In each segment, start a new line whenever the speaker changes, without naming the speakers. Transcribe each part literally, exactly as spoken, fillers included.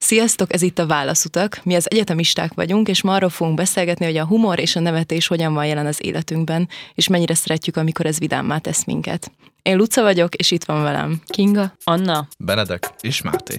Sziasztok, ez itt a Válaszutak. Mi az egyetemisták vagyunk, és ma arról fogunk beszélgetni, hogy a humor és a nevetés hogyan van jelen az életünkben, és mennyire szeretjük, amikor ez vidámmá tesz minket. Én Luca vagyok, és itt van velem Kinga,
Anna,
Benedek és Máté.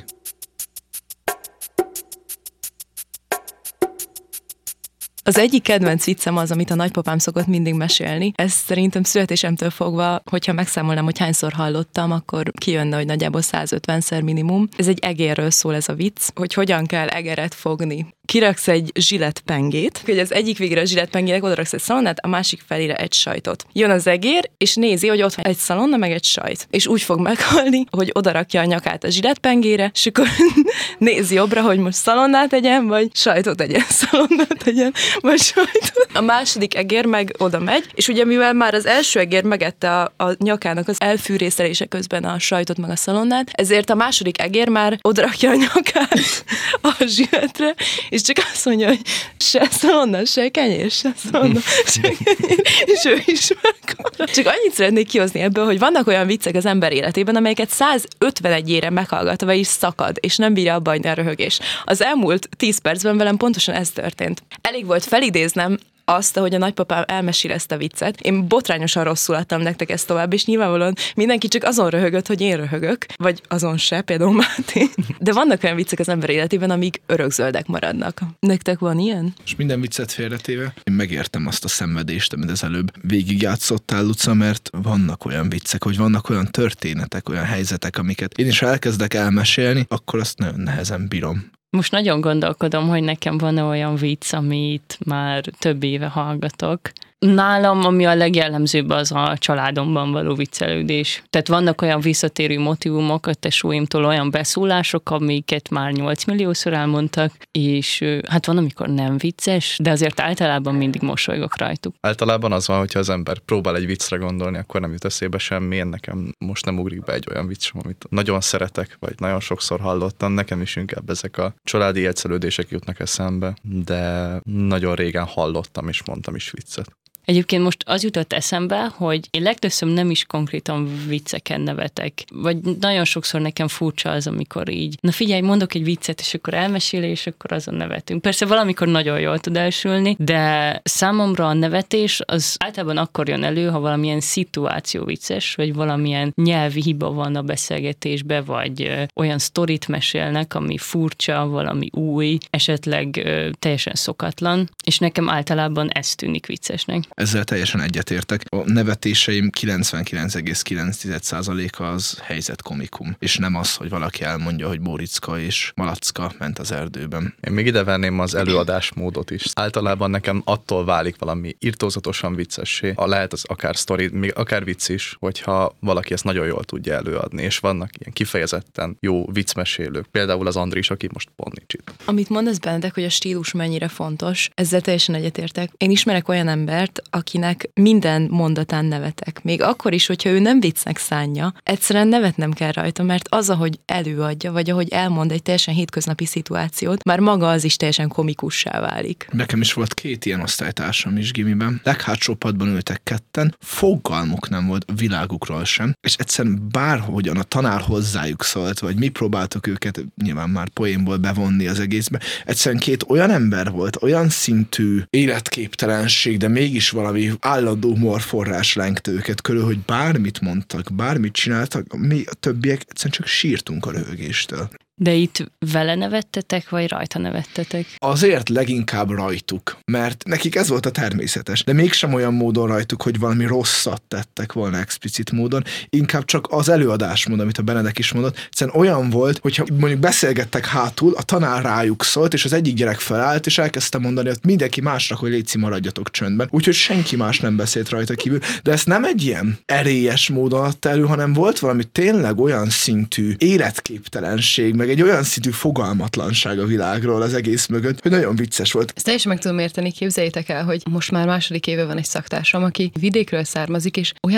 Az egyik kedvenc viccem az, amit a nagypapám szokott mindig mesélni. Ez szerintem születésemtől fogva, hogyha megszámolnám, hogy hányszor hallottam, akkor kijönne, hogy nagyjából százötvenszer minimum. Ez egy egérről szól ez a vicc, hogy hogyan kell egeret fogni. Kiraksz egy zsilettpengét, hogy az egyik végre a zsilettpengének odaraksz egy szalonnát, a másik felére egy sajtot. Jön az egér, és nézi, hogy ott van egy szalonna, meg egy sajt. És úgy fog meghalni, hogy odarakja a nyakát a zsilettpengére, és akkor nézi jobbra, hogy most szalonnát tegyen, vagy sajtot tegyen, szalonnát tegyen, vagy sajtot. A második egér meg oda megy, és ugye mivel már az első egér megette a, a nyakának az elfűrészelése közben a sajtot meg a szalonnát, ezért a második egér már odarakja a nyakát a zsiletre, és csak azt mondja, hogy se szalonna, se kenyér, se szalonna, se kenyér, és ő is meghal. Csak annyit szeretnék kihozni ebből, hogy vannak olyan viccek az ember életében, amelyeket százötvenegyére meghallgatva is szakad, és nem bírja abba hagyni a röhögés. Az elmúlt tíz percben velem pontosan ez történt. Elég volt felidéznem azt, ahogy a nagypapám elmesél ezt a viccet. Én botrányosan rosszul adtam nektek ezt tovább, és nyilvánvalóan mindenki csak azon röhögött, hogy én röhögök, vagy azon se, például Máté. De vannak olyan viccek az ember életében, amíg örökzöldek maradnak. Nektek van ilyen?
És minden viccet félretéve, én megértem azt a szenvedést, amit az előbb végigjátszottál, Luca, mert vannak olyan viccek, hogy vannak olyan történetek, olyan helyzetek, amiket én is elkezdek elmesélni, akkor azt nagyon nehezen bírom.
Most nagyon gondolkodom, hogy nekem van olyan vicc, amit már több éve hallgatok. Nálam, ami a legjellemzőbb, az a családomban való viccelődés. Tehát vannak olyan visszatérő motívumok a tesóimtól, olyan beszólások, amiket már nyolc milliószor elmondtak, és hát van, amikor nem vicces, de azért általában mindig mosolygok rajtuk.
Általában az van, hogyha az ember próbál egy viccre gondolni, akkor nem jut eszébe semmi. Én nekem most nem ugrik be egy olyan vicc, amit nagyon szeretek, vagy nagyon sokszor hallottam. Nekem is inkább ezek a családi egyszerűdések jutnak eszembe, de nagyon régen hallottam és mondtam is viccet.
Egyébként most az jutott eszembe, hogy én legtöbbször nem is konkrétan vicceken nevetek. Vagy nagyon sokszor nekem furcsa az, amikor így, na figyelj, mondok egy viccet, és akkor elmesél, és akkor azon nevetünk. Persze valamikor nagyon jól tud elsülni, de számomra a nevetés az általában akkor jön elő, ha valamilyen szituáció vicces, vagy valamilyen nyelvi hiba van a beszélgetésbe, vagy ö, olyan sztorit mesélnek, ami furcsa, valami új, esetleg ö, teljesen szokatlan, és nekem általában ez tűnik viccesnek.
Ezzel teljesen egyetértek. A nevetéseim kilencvenkilenc egész kilenc százaléka az helyzetkomikum, és nem az, hogy valaki elmondja, hogy Móriczka és Malacka ment az erdőben.
Én még ide venném az előadásmódot is. Általában nekem attól válik valami irtózatosan viccessé. A lehet az akár sztori, még akár vicc is, hogyha valaki ezt nagyon jól tudja előadni, és vannak ilyen kifejezetten jó viccmesélők. Például az Andris, aki most pont nincs itt.
Amit mondasz, Benedek, hogy a stílus mennyire fontos, ezzel teljesen egyetértek. Én ismerek olyan embert, akinek minden mondatán nevetek. Még akkor is, hogyha ő nem viccnek szánja, egyszerűen nevetnem kell rajta, mert az, ahogy előadja, vagy ahogy elmond egy teljesen hétköznapi szituációt, már maga az is teljesen komikussá válik.
Nekem is volt két ilyen osztálytársam is gimiben. Leghátsó padban ültek ketten, fogalmuk nem volt a világukról sem, és egyszerűen bárhogyan a tanár hozzájuk szólt, vagy mi próbáltuk őket nyilván már poénból bevonni az egészbe. Egyszerűen két olyan ember volt, olyan szintű életképtelenség, de mégis valami állandó humorforrás lengte őket körül, hogy bármit mondtak, bármit csináltak, mi a többiek egyszerűen csak sírtunk a röhögéstől.
De itt vele nevettetek, vagy rajta nevettetek?
Azért leginkább rajtuk, mert nekik ez volt a természetes, de mégsem olyan módon rajtuk, hogy valami rosszat tettek volna explicit módon, inkább csak az előadásmód, amit a Benedek is mondott, egyszerűen olyan volt, hogyha mondjuk beszélgettek hátul, a tanár rájuk szólt, és az egyik gyerek felállt, és elkezdte mondani, hogy mindenki másnak, hogy léci, maradjatok csöndben, úgyhogy senki más nem beszélt rajta kívül, de ezt nem egy ilyen erélyes módon adta elő, hanem volt valami tényleg olyan szintű életképtelenség, meg egy olyan szintű fogalmatlanság a világról az egész mögött, hogy nagyon vicces volt.
Ezt teljesen meg tudom érteni, képzeljétek el, hogy most már második éve van egy szaktársam, aki vidékről származik, és olyan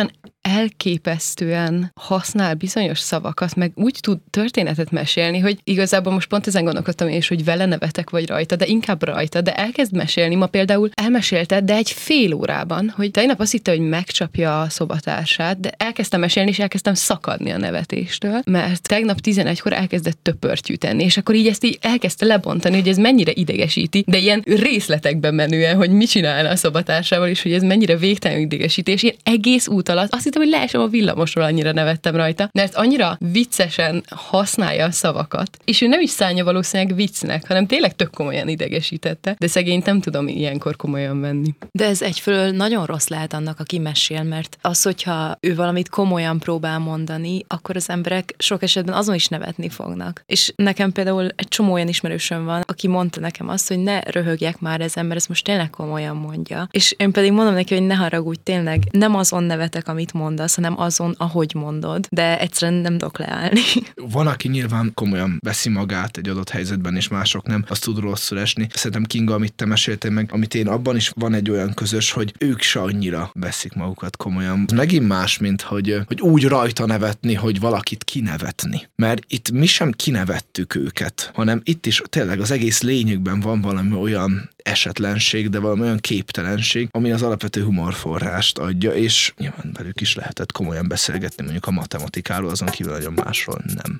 elképesztően használ bizonyos szavakat, meg úgy tud történetet mesélni, hogy igazából most pont ezen gondolkodtam én is, hogy vele nevetek vagy rajta, de inkább rajta, de elkezd mesélni. Ma például elmesélte, de egy fél órában, hogy tegnap azt hitte, hogy megcsapja a szobatársát, de elkezdtem mesélni, és elkezdtem szakadni a nevetéstől, mert tegnap tizenegykor elkezdett töpörtyűt enni, és akkor így ezt így elkezdte lebontani, hogy ez mennyire idegesíti, de ilyen részletekben menően, hogy mit csinálna a szobatársával, és hogy ez mennyire végtelen idegesítés. Én egész út alatt azt hittem, hogy leesem a villamosról, annyira nevettem rajta, mert annyira viccesen használja a szavakat, és ő nem is szánja valószínűleg viccnek, hanem tényleg tök komolyan idegesítette, de szegényt nem tudom ilyenkor komolyan venni. De ez egyfelől nagyon rossz lehet annak, aki mesél, mert az, hogyha ő valamit komolyan próbál mondani, akkor az emberek sok esetben azon is nevetni fognak. És nekem például egy csomó olyan ismerősöm van, aki mondta nekem azt, hogy ne röhögjek már ezen, mert ezt most tényleg komolyan mondja. És én pedig mondom neki, hogy ne haragudj, tényleg nem azon nevetek, amit mondasz, hanem azon, ahogy mondod, de egyszerűen nem tudok leállni.
Van, aki nyilván komolyan veszi magát egy adott helyzetben, és mások nem, azt tud rosszul esni. Szerintem Kinga, amit te meséltél meg, amit én abban is van egy olyan közös, hogy ők se annyira veszik magukat komolyan. Ez megint más, mint hogy, hogy úgy rajta nevetni, hogy valakit kinevetni. Mert itt mi sem kinevettük őket, hanem itt is tényleg az egész lényükben van valami olyan esetlenség, de valami olyan képtelenség, ami az alapvető humorforrást adja, és nyilván velük is lehetett komolyan beszélgetni, mondjuk a matematikáról, azon kívül nagyon másról nem.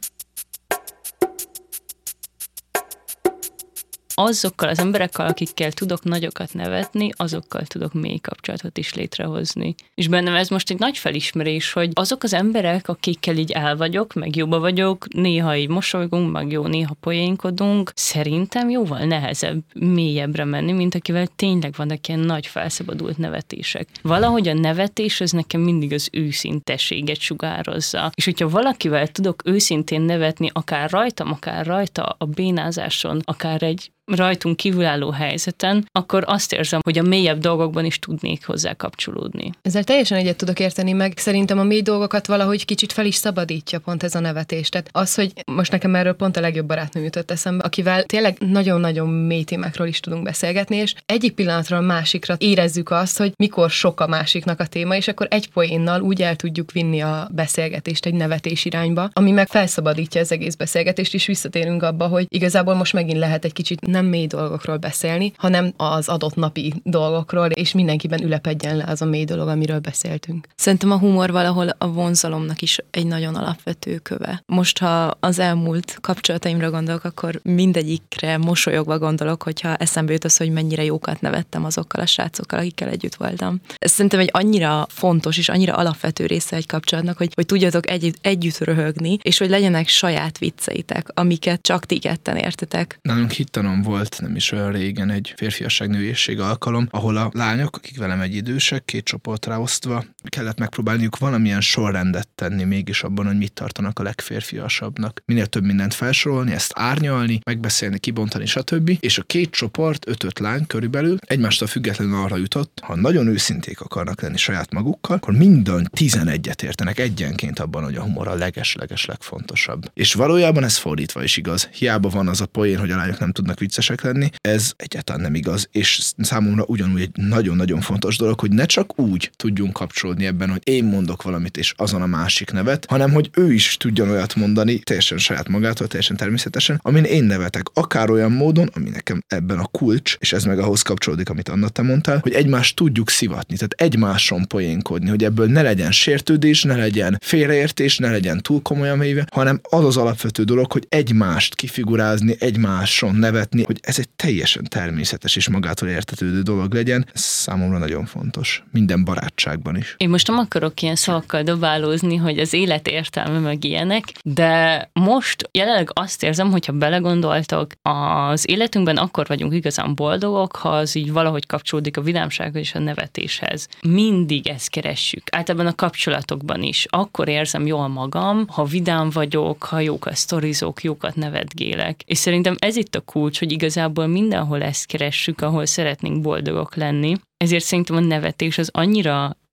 Azokkal az emberekkel, akikkel tudok nagyokat nevetni, azokkal tudok mély kapcsolatot is létrehozni. És bennem ez most egy nagy felismerés, hogy azok az emberek, akikkel így el vagyok, meg jóba vagyok, néha így mosolygunk, meg jó, néha poénkodunk, szerintem jóval nehezebb mélyebbre menni, mint akivel tényleg vannak ilyen nagy felszabadult nevetések. Valahogy a nevetés az nekem mindig az őszintességet sugározza. És hogyha valakivel tudok őszintén nevetni, akár rajtam, akár rajta a bénázáson, akár egy rajtunk kívülálló helyzeten, akkor azt érzem, hogy a mélyebb dolgokban is tudnék hozzá kapcsolódni.
Ezzel teljesen egyet tudok érteni, meg szerintem a mély dolgokat valahogy kicsit fel is szabadítja pont ez a nevetés. Tehát az, hogy most nekem erről pont a legjobb barátnőm jutott eszembe, akivel tényleg nagyon-nagyon mély témákról is tudunk beszélgetni, és egyik pillanatról másikra érezzük azt, hogy mikor sok a másiknak a téma, és akkor egy poénnal úgy el tudjuk vinni a beszélgetést egy nevetés irányba, ami meg felszabadítja az egész beszélgetést, és visszatérünk abba, hogy igazából most megint lehet egy kicsit nem mély dolgokról beszélni, hanem az adott napi dolgokról, és mindenkiben ülepedjen le az a mély dolog, amiről beszéltünk. Szerintem a humor valahol a vonzalomnak is egy nagyon alapvető köve. Most, ha az elmúlt kapcsolataimra gondolok, akkor mindegyikre mosolyogva gondolok, hogyha eszembe jut az, hogy mennyire jókat nevettem azokkal a srácokkal, akikkel együtt voltam. Ez szerintem egy annyira fontos és annyira alapvető része egy kapcsolatnak, hogy, hogy tudjatok együtt, együtt röhögni, és hogy legyenek saját vicceitek, amiket csak ti ketten értetek.
Nálunk hittanom volt nem is olyan régen egy férfiasság-nőiesség alkalom, ahol a lányok, akik velem egy idősek, két csoportra osztva, kellett megpróbálniuk valamilyen sorrendet tenni mégis abban, hogy mit tartanak a legférfiasabbnak. Minél több mindent felsorolni, ezt árnyalni, megbeszélni, kibontani, stb. És a két csoport, öt-öt lány körülbelül egymástól függetlenül arra jutott, ha nagyon őszinték akarnak lenni saját magukkal, akkor minden tizenegyet értenek egyenként abban, hogy a humor a leges-leges legfontosabb. És valójában ez fordítva is igaz. Hiába van az a poén, hogy a lányok nem tudnak viccesek lenni, ez egyáltalán nem igaz, és számomra ugyanúgy egy nagyon-nagyon fontos dolog, hogy ne csak úgy tudjunk kapcsolódni ebben, hogy én mondok valamit, és azon a másik nevet, hanem hogy ő is tudjon olyat mondani, teljesen saját magától, teljesen természetesen, amin én nevetek, akár olyan módon, ami nekem ebben a kulcs, és ez meg ahhoz kapcsolódik, amit Anna te mondtál, hogy egymást tudjuk szivatni, tehát egymáson poénkodni, hogy ebből ne legyen sértődés, ne legyen félreértés, ne legyen túl komolyan véve, hanem az az alapvető dolog, hogy egymást kifigurázni, egymáson nevetni, hogy ez egy teljesen természetes és magától értetődő dolog legyen. Ez számomra nagyon fontos. Minden barátságban is.
Én most nem akarok ilyen szavakkal dobálózni, hogy az élet értelme meg ilyenek, de most jelenleg azt érzem, hogyha belegondoltok, az életünkben akkor vagyunk igazán boldogok, ha az így valahogy kapcsolódik a vidámsághoz és a nevetéshez. Mindig ezt keressük. Általában a kapcsolatokban is. Akkor érzem jól magam, ha vidám vagyok, ha jók a sztorizok, jókat nevetgélek. És szerintem ez itt a kulcs, hogy igazából mindenhol ezt keressük, ahol szeretnénk boldogok lenni. Ezért szerintem a nevetés az annyira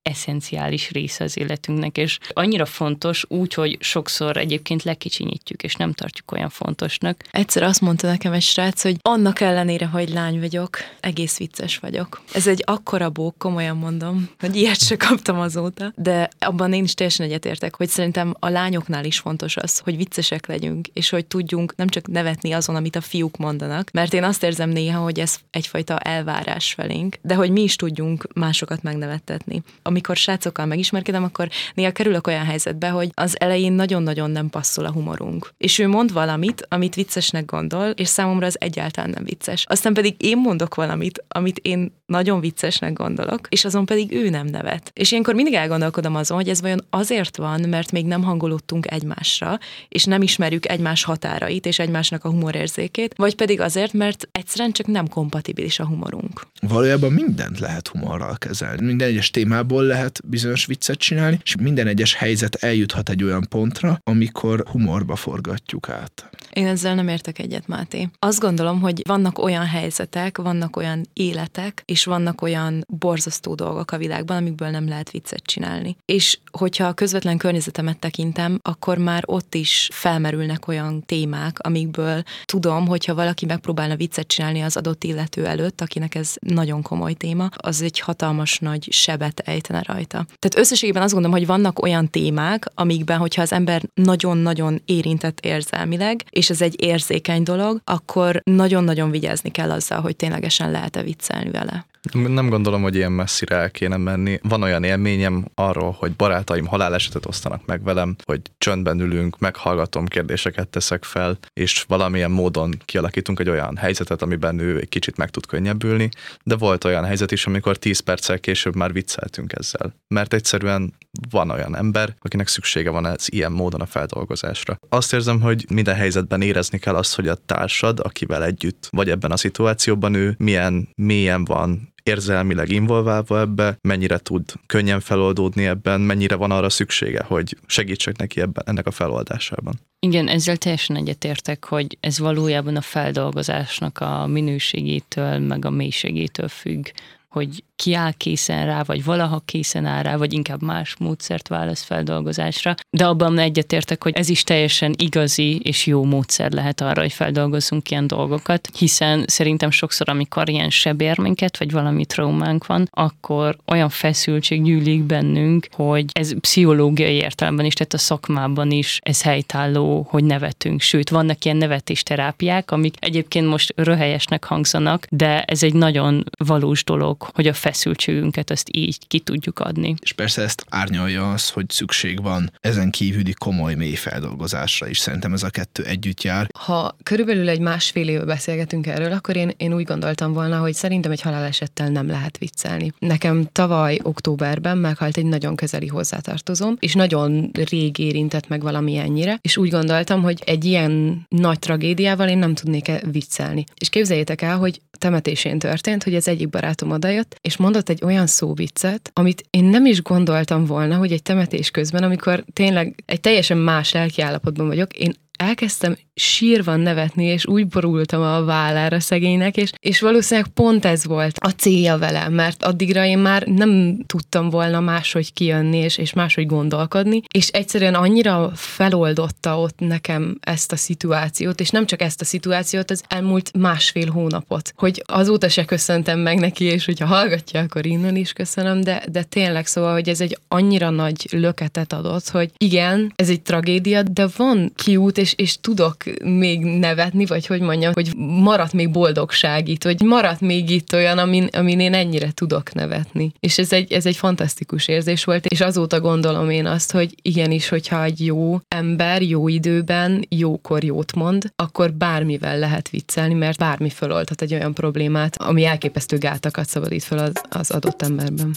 eszenciális része az életünknek, és annyira fontos úgy, hogy sokszor egyébként lekicsinyítjük, és nem tartjuk olyan fontosnak.
Egyszer azt mondta nekem egy srác, hogy annak ellenére, hogy lány vagyok, egész vicces vagyok. Ez egy akkora bók, komolyan mondom, hogy ilyet se kaptam azóta, de abban én is teljesen egyetértek, hogy szerintem a lányoknál is fontos az, hogy viccesek legyünk, és hogy tudjunk nem csak nevetni azon, amit a fiúk mondanak, mert én azt érzem néha, hogy ez egyfajta elvárás felénk, de hogy mi is tudjunk másokat megnevettetni. Amikor srácokkal megismerkedem, akkor néha kerülök olyan helyzetbe, hogy az elején nagyon-nagyon nem passzol a humorunk. És ő mond valamit, amit viccesnek gondol, és számomra az egyáltalán nem vicces. Aztán pedig én mondok valamit, amit én nagyon viccesnek gondolok, és azon pedig ő nem nevet. És ilyenkor mindig elgondolkodom azon, hogy ez vajon azért van, mert még nem hangolódtunk egymásra, és nem ismerjük egymás határait és egymásnak a humorérzékét, vagy pedig azért, mert egyszerűen csak nem kompatibilis a humorunk.
Valójában mindent lehet humorral kezelni. Minden egyes témából lehet bizonyos viccet csinálni, és minden egyes helyzet eljuthat egy olyan pontra, amikor humorba forgatjuk át.
Én ezzel nem értek egyet, Máté. Azt gondolom, hogy vannak olyan helyzetek, vannak olyan életek, és vannak olyan borzasztó dolgok a világban, amikből nem lehet viccet csinálni. És hogyha a közvetlen környezetemet tekintem, akkor már ott is felmerülnek olyan témák, amikből tudom, hogyha valaki megpróbálna viccet csinálni az adott illető előtt, akinek ez nagyon komoly téma, az egy hatalmas nagy sebet ejtene rajta. Tehát összességében azt gondolom, hogy vannak olyan témák, amikben, hogyha az ember nagyon-nagyon érintett érzelmileg, és ez egy érzékeny dolog, akkor nagyon-nagyon vigyázni kell azzal, hogy ténylegesen lehet-e viccelni vele.
Nem gondolom, hogy ilyen messzire el kéne menni. Van olyan élményem arról, hogy barátaim halálesetet osztanak meg velem, hogy csöndben ülünk, meghallgatom, kérdéseket teszek fel, és valamilyen módon kialakítunk egy olyan helyzetet, amiben ő egy kicsit meg tud könnyebbülni, de volt olyan helyzet is, amikor tíz perccel később már vicceltünk ezzel. Mert egyszerűen van olyan ember, akinek szüksége van ez ilyen módon a feldolgozásra. Azt érzem, hogy minden helyzetben érezni kell azt, hogy a társad, akivel együtt vagy ebben a szituációban ő milyen mélyen van érzelmileg involválva ebbe, mennyire tud könnyen feloldódni ebben, mennyire van arra szüksége, hogy segítsek neki ebben, ennek a feloldásában.
Igen, ezzel teljesen egyetértek, hogy ez valójában a feldolgozásnak a minőségétől, meg a mélységétől függ, hogy ki áll készen rá, vagy valaha készen áll rá, vagy inkább más módszert válasz feldolgozásra. De abban egyetértek, hogy ez is teljesen igazi és jó módszer lehet arra, hogy feldolgozzunk ilyen dolgokat, hiszen szerintem sokszor, amikor ilyen sebérménket, vagy valami traumánk van, akkor olyan feszültség gyűlik bennünk, hogy ez pszichológiai értelemben is, tehát a szakmában is ez helytálló, hogy nevetünk. Sőt, vannak ilyen nevetésterápiák, amik egyébként most röhelyesnek hangzanak, de ez egy nagyon valós dolog, hogy a feszültségünket ezt így ki tudjuk adni.
És persze ezt árnyalja az, hogy szükség van ezen kívüli komoly mély feldolgozásra is. Szerintem ez a kettő együtt jár.
Ha körülbelül egy másfél éve beszélgetünk erről, akkor én, én úgy gondoltam volna, hogy szerintem egy halálesettel nem lehet viccelni. Nekem tavaly októberben meghalt egy nagyon közeli hozzátartozóm, és nagyon rég érintett meg valami ennyire, és úgy gondoltam, hogy egy ilyen nagy tragédiával én nem tudnék viccelni. És képzeljétek el, hogy temetésén történt, hogy az egyik barátom odajött, és mondott egy olyan szóviccet, amit én nem is gondoltam volna, hogy egy temetés közben, amikor tényleg egy teljesen más lelkiállapotban vagyok, én elkezdtem sírva nevetni, és úgy borultam a vállára szegénynek, és, és valószínűleg pont ez volt a célja velem, mert addigra én már nem tudtam volna máshogy kijönni, és, és máshogy gondolkodni, és egyszerűen annyira feloldotta ott nekem ezt a szituációt, és nem csak ezt a szituációt, az elmúlt másfél hónapot, hogy azóta se köszöntem meg neki, és hogyha hallgatja, akkor innen is köszönöm, de, de tényleg szóval, hogy ez egy annyira nagy löketet adott, hogy igen, ez egy tragédia, de van kiút, és, és tudok még nevetni, vagy hogy mondjam, hogy maradt még boldogság itt, vagy maradt még itt olyan, amin, amin én ennyire tudok nevetni. És ez egy, ez egy fantasztikus érzés volt, és azóta gondolom én azt, hogy igenis, hogyha egy jó ember jó időben, jókor jót mond, akkor bármivel lehet viccelni, mert bármi föloldhat egy olyan problémát, ami elképesztő gátakat szabadít fel az, az adott emberben.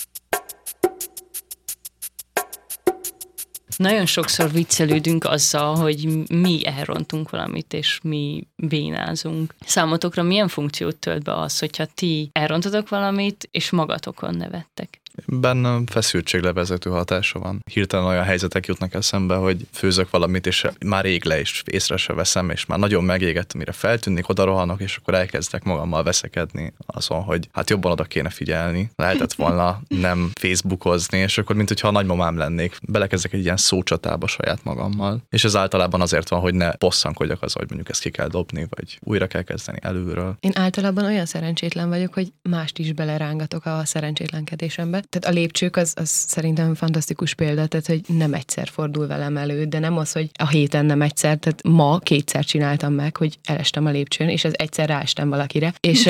Nagyon sokszor viccelődünk azzal, hogy mi elrontunk valamit, és mi bénázunk. Számotokra milyen funkciót tölt be az, hogyha ti elrontotok valamit, és magatokon nevettek?
Bennem feszültséglevezető hatása van. Hirtelen olyan helyzetek jutnak eszembe, hogy főzök valamit, és már ég le, és észre se veszem, és már nagyon megégett, mire feltűnik, oda rohanok, és akkor elkezdek magammal veszekedni azon, hogy hát jobban oda kéne figyelni. Lehetett volna nem Facebookozni, és akkor mint hogyha a nagymamám lennék, belekezdek egy ilyen szócsatába saját magammal. És ez általában azért van, hogy ne bosszankodjak az, hogy mondjuk ezt ki kell dobni, vagy újra kell kezdeni előről.
Én általában olyan szerencsétlen vagyok, hogy mást is belerángatok a szerencsétlenkedésembe. Tehát a lépcsők az, az szerintem fantasztikus példa, tehát hogy nem egyszer fordul velem elő, de nem az, hogy a héten nem egyszer, tehát ma kétszer csináltam meg, hogy elestem a lépcsőn, és az egyszer ráestem valakire. És,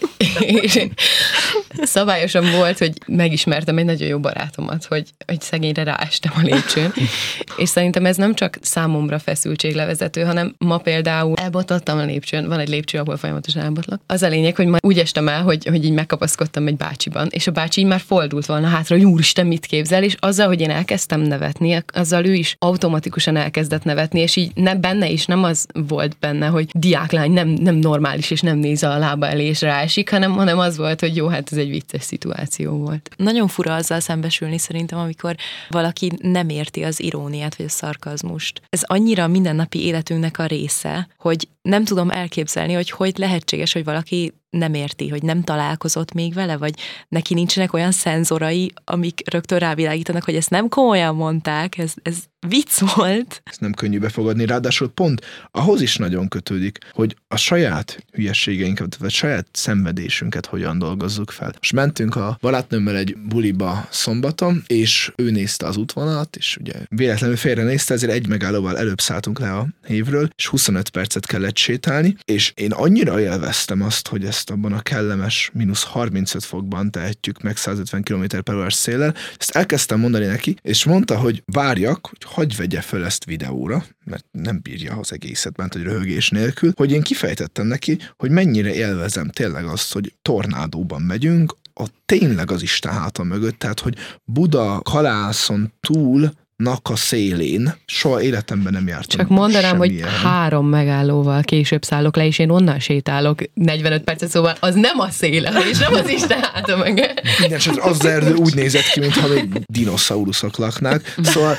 és szabályosan volt, hogy megismertem egy nagyon jó barátomat, hogy, hogy szegényre ráestem a lépcsőn. És szerintem ez nem csak számomra feszültséglevezető, hanem ma például elbotlottam a lépcsőn, van egy lépcső, ahol folyamatosan elbotlok. Az a lényeg, hogy ma úgy estem el, hogy, hogy így megkapaszkodtam egy bácsiban, és a bácsi így már fordult volna hátra, hogy úristen, mit képzel, és azzal, hogy én elkezdtem nevetni, azzal ő is automatikusan elkezdett nevetni, és így ne, benne is nem az volt benne, hogy diáklány nem, nem normális, és nem néz a lába elé, és ráesik, hanem, hanem az volt, hogy jó, hát ez egy vicces szituáció volt.
Nagyon fura azzal szembesülni szerintem, amikor valaki nem érti az iróniát, vagy a szarkazmust. Ez annyira mindennapi életünknek a része, hogy nem tudom elképzelni, hogy hogy lehetséges, hogy valaki nem érti, hogy nem találkozott még vele, vagy neki nincsenek olyan szenzorai, amik rögtön rávilágítanak, hogy ezt nem komolyan mondták, ez, ez vicc volt.
Ezt nem könnyű befogadni, ráadásul pont ahhoz is nagyon kötődik, hogy a saját hülyességeinket, vagy saját szenvedésünket hogyan dolgozzuk fel. Most mentünk a barátnőmmel egy buliba szombaton, és ő nézte az útvonalat, és ugye véletlenül félre nézte, ezért egy megállóval előbb szálltunk le a hévről, és huszonöt percet kellett sétálni, és én annyira élveztem azt, hogy ezt abban a kellemes mínusz harmincöt fokban tehetjük meg százötven kilométer per órás széllel. Ezt elkezdtem mondani neki, és mondta, hogy várjak, hogy hagyj vegye föl ezt videóra, mert nem bírja az egészet, ment, hogy röhögés nélkül, hogy én kifejtettem neki, hogy mennyire élvezem tényleg azt, hogy tornádóban megyünk, a tényleg az Isten hátam mögött, tehát, hogy Buda kalászon túl nak a szélén. Soha életemben nem jártam.
Csak mondanám, hogy
ilyen.
három megállóval később szállok le, és én onnan sétálok negyvenöt percet, szóval az nem a széle, és nem az Isten háta meg.
Mindenesetre az erdő úgy nézett ki, mintha még dinoszauruszok laknák. Szóval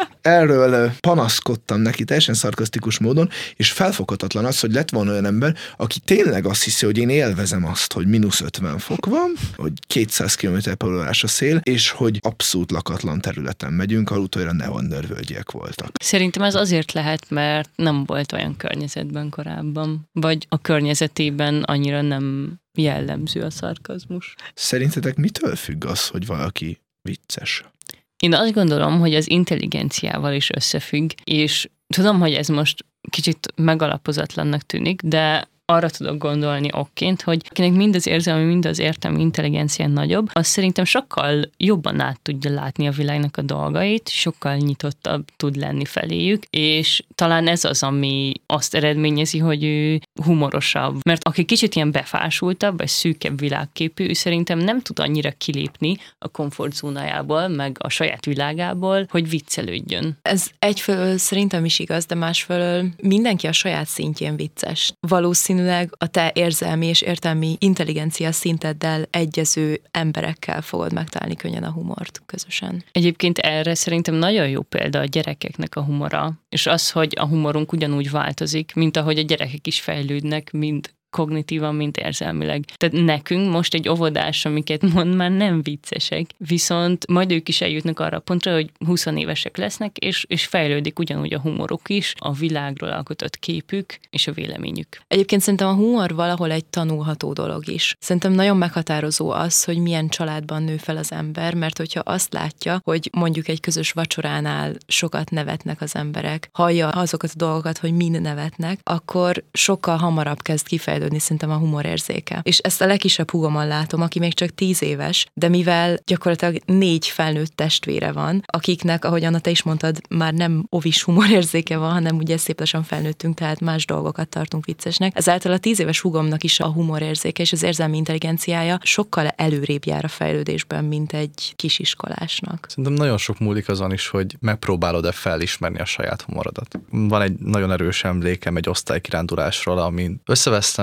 erről panaszkodtam neki teljesen szarkasztikus módon, és felfoghatatlan az, hogy lett volna olyan ember, aki tényleg azt hiszi, hogy én élvezem azt, hogy mínusz ötven fok van, hogy kétszáz kilométer per órás a szél, és hogy abszolút lakatlan területen megyünk, ahol utoljára neonnörvölgyek voltak.
Szerintem ez azért lehet, mert nem volt olyan környezetben korábban, vagy a környezetében annyira nem jellemző a szarkazmus.
Szerintetek mitől függ az, hogy valaki vicces?
Én azt gondolom, hogy az intelligenciával is összefügg, és tudom, hogy ez most kicsit megalapozatlannak tűnik, de arra tudok gondolni okként, hogy akinek mind az érzelmi, mind az értelmi intelligencia nagyobb, az szerintem sokkal jobban át tudja látni a világnak a dolgait, sokkal nyitottabb tud lenni feléjük, és talán ez az, ami azt eredményezi, hogy ő humorosabb. Mert aki kicsit ilyen befásultabb, vagy szűkebb világképű, ő szerintem nem tud annyira kilépni a komfortzónájából, meg a saját világából, hogy viccelődjön.
Ez egyfelől szerintem is igaz, de másfelől mindenki a saját szintjén vicces. Valószínű a te érzelmi és értelmi intelligencia szinteddel egyező emberekkel fogod megtalálni könnyen a humort közösen.
Egyébként erre szerintem nagyon jó példa a gyerekeknek a humora, és az, hogy a humorunk ugyanúgy változik, mint ahogy a gyerekek is fejlődnek, mind kognitívan, mint érzelmileg. Tehát nekünk most egy óvodás, amiket mond, már nem viccesek, viszont majd ők is eljutnak arra a pontra, hogy húsz évesek lesznek, és, és fejlődik ugyanúgy a humoruk is, a világról alkotott képük és a véleményük.
Egyébként szerintem a humor valahol egy tanulható dolog is. Szerintem nagyon meghatározó az, hogy milyen családban nő fel az ember, mert hogyha azt látja, hogy mondjuk egy közös vacsoránál sokat nevetnek az emberek, hallja azokat a dolgokat, hogy mind nevetnek, akkor sokkal hamarabb kezd kifejlődni szerintem a humorérzéke. És ezt a legkisebb húgomon látom, aki még csak tíz éves, de mivel gyakorlatilag négy felnőtt testvére van, akiknek, ahogy Anna, te is mondtad, már nem ovis humorérzéke van, hanem ugye szép lassan felnőttünk, tehát más dolgokat tartunk viccesnek. Ezáltal a tíz éves húgomnak is a humorérzéke és az érzelmi intelligenciája sokkal előrébb jár a fejlődésben, mint egy kisiskolásnak.
Szerintem nagyon sok múlik azon is, hogy megpróbálod-e felismerni a saját humorodat. Van egy nagyon erős emlékem egy osztálykirándulásról, amin összevesztem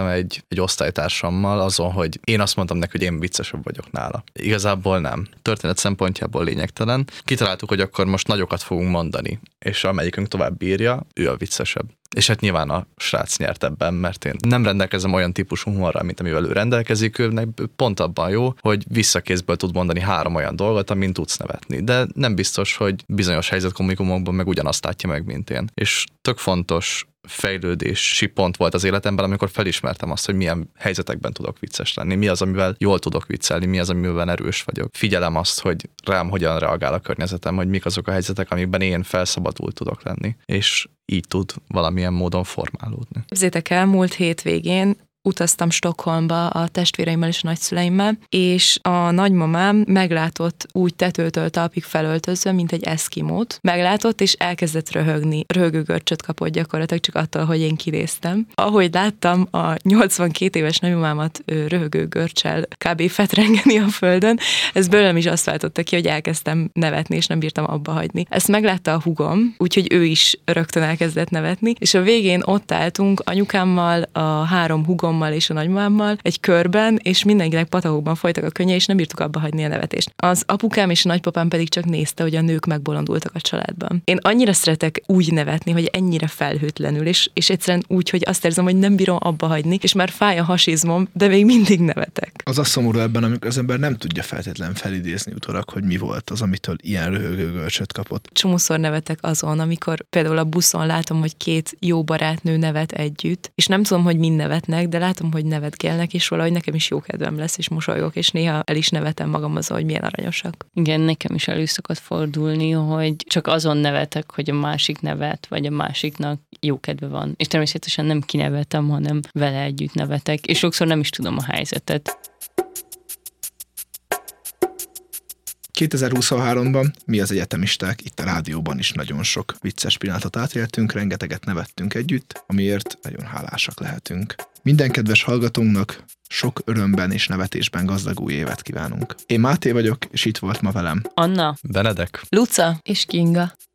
beszélgettem egy, egy osztálytársammal azon, hogy én azt mondtam neki, hogy én viccesebb vagyok nála. Igazából nem. Történet szempontjából lényegtelen. Kitaláltuk, hogy akkor most nagyokat fogunk mondani, és amelyikünk tovább bírja, ő a viccesebb. És hát nyilván a srác nyert ebben, mert én nem rendelkezem olyan típusú humorral, mint amivel ő rendelkezik, őnek pont abban jó, hogy visszakézből tud mondani három olyan dolgot, amin tudsz nevetni. De nem biztos, hogy bizonyos helyzetkommunikumokban meg ugyanazt látja meg, mint én. És tök fontos fejlődési pont volt az életemben, amikor felismertem azt, hogy milyen helyzetekben tudok vicces lenni, mi az, amivel jól tudok viccelni, mi az, amivel erős vagyok. Figyelem azt, hogy rám hogyan reagál a környezetem, hogy mik azok a helyzetek, amikben én felszabadult tudok lenni, és így tud valamilyen módon formálódni.
Képzétek el, múlt hétvégén utaztam Stockholmba a testvéreimmel és a nagyszüleimmel, és a nagymamám meglátott úgy tetőtől talpig felöltözve, mint egy eszkimót. Meglátott, és elkezdett röhögni. Röhögőgörcsöt kapott gyakorlatilag csak attól, hogy én kinéztem. Ahogy láttam a nyolcvankét éves nagymamámat röhögőgörcsel kb. Fetrengeni a földön, ez belőlem is azt váltotta ki, hogy elkezdtem nevetni, és nem bírtam abba hagyni. Ezt meglátta a hugom, úgyhogy ő is rögtön elkezdett nevetni, és a végén ott álltunk anyukámmal, a három hugom és a nagymamámmal egy körben, és mindenkinek patahókban folytak a könnye, és nem bírtuk abba hagyni a nevetést. Az apukám és a nagypapám pedig csak nézte, hogy a nők megbolondultak a családban. Én annyira szeretek úgy nevetni, hogy ennyire felhőtlenül, és, és egyszerűen úgy, hogy azt érzem, hogy nem bírom abba hagyni, és már fáj a hasizmom, de még mindig nevetek.
Az a szomorú ebben, amikor az ember nem tudja feltétlenül felidézni utólag, hogy mi volt az, amitől ilyen röhögőgörcsöt kapott.
Csomószor nevetek azon, amikor például a buszon látom, hogy két jó barátnő nevet együtt, és nem tudom, hogy mind nevetnek, de látom, hogy nevetgélnek, és valahogy nekem is jó kedvem lesz, és mosolygok, és néha el is nevetem magam azon, hogy milyen aranyosak.
Igen, nekem is elő szokott fordulni, hogy csak azon nevetek, hogy a másik nevet, vagy a másiknak jó kedve van. És természetesen nem kinevetem, hanem vele együtt nevetek, és sokszor nem is tudom a helyzetet.
kétezer-huszonháromban mi az egyetemisták itt a rádióban is nagyon sok vicces pillanatot átéltünk, rengeteget nevettünk együtt, amiért nagyon hálásak lehetünk. Minden kedves hallgatónknak sok örömben és nevetésben gazdag új évet kívánunk. Én Máté vagyok, és itt volt ma velem
Anna,
Benedek,
Luca
És Kinga.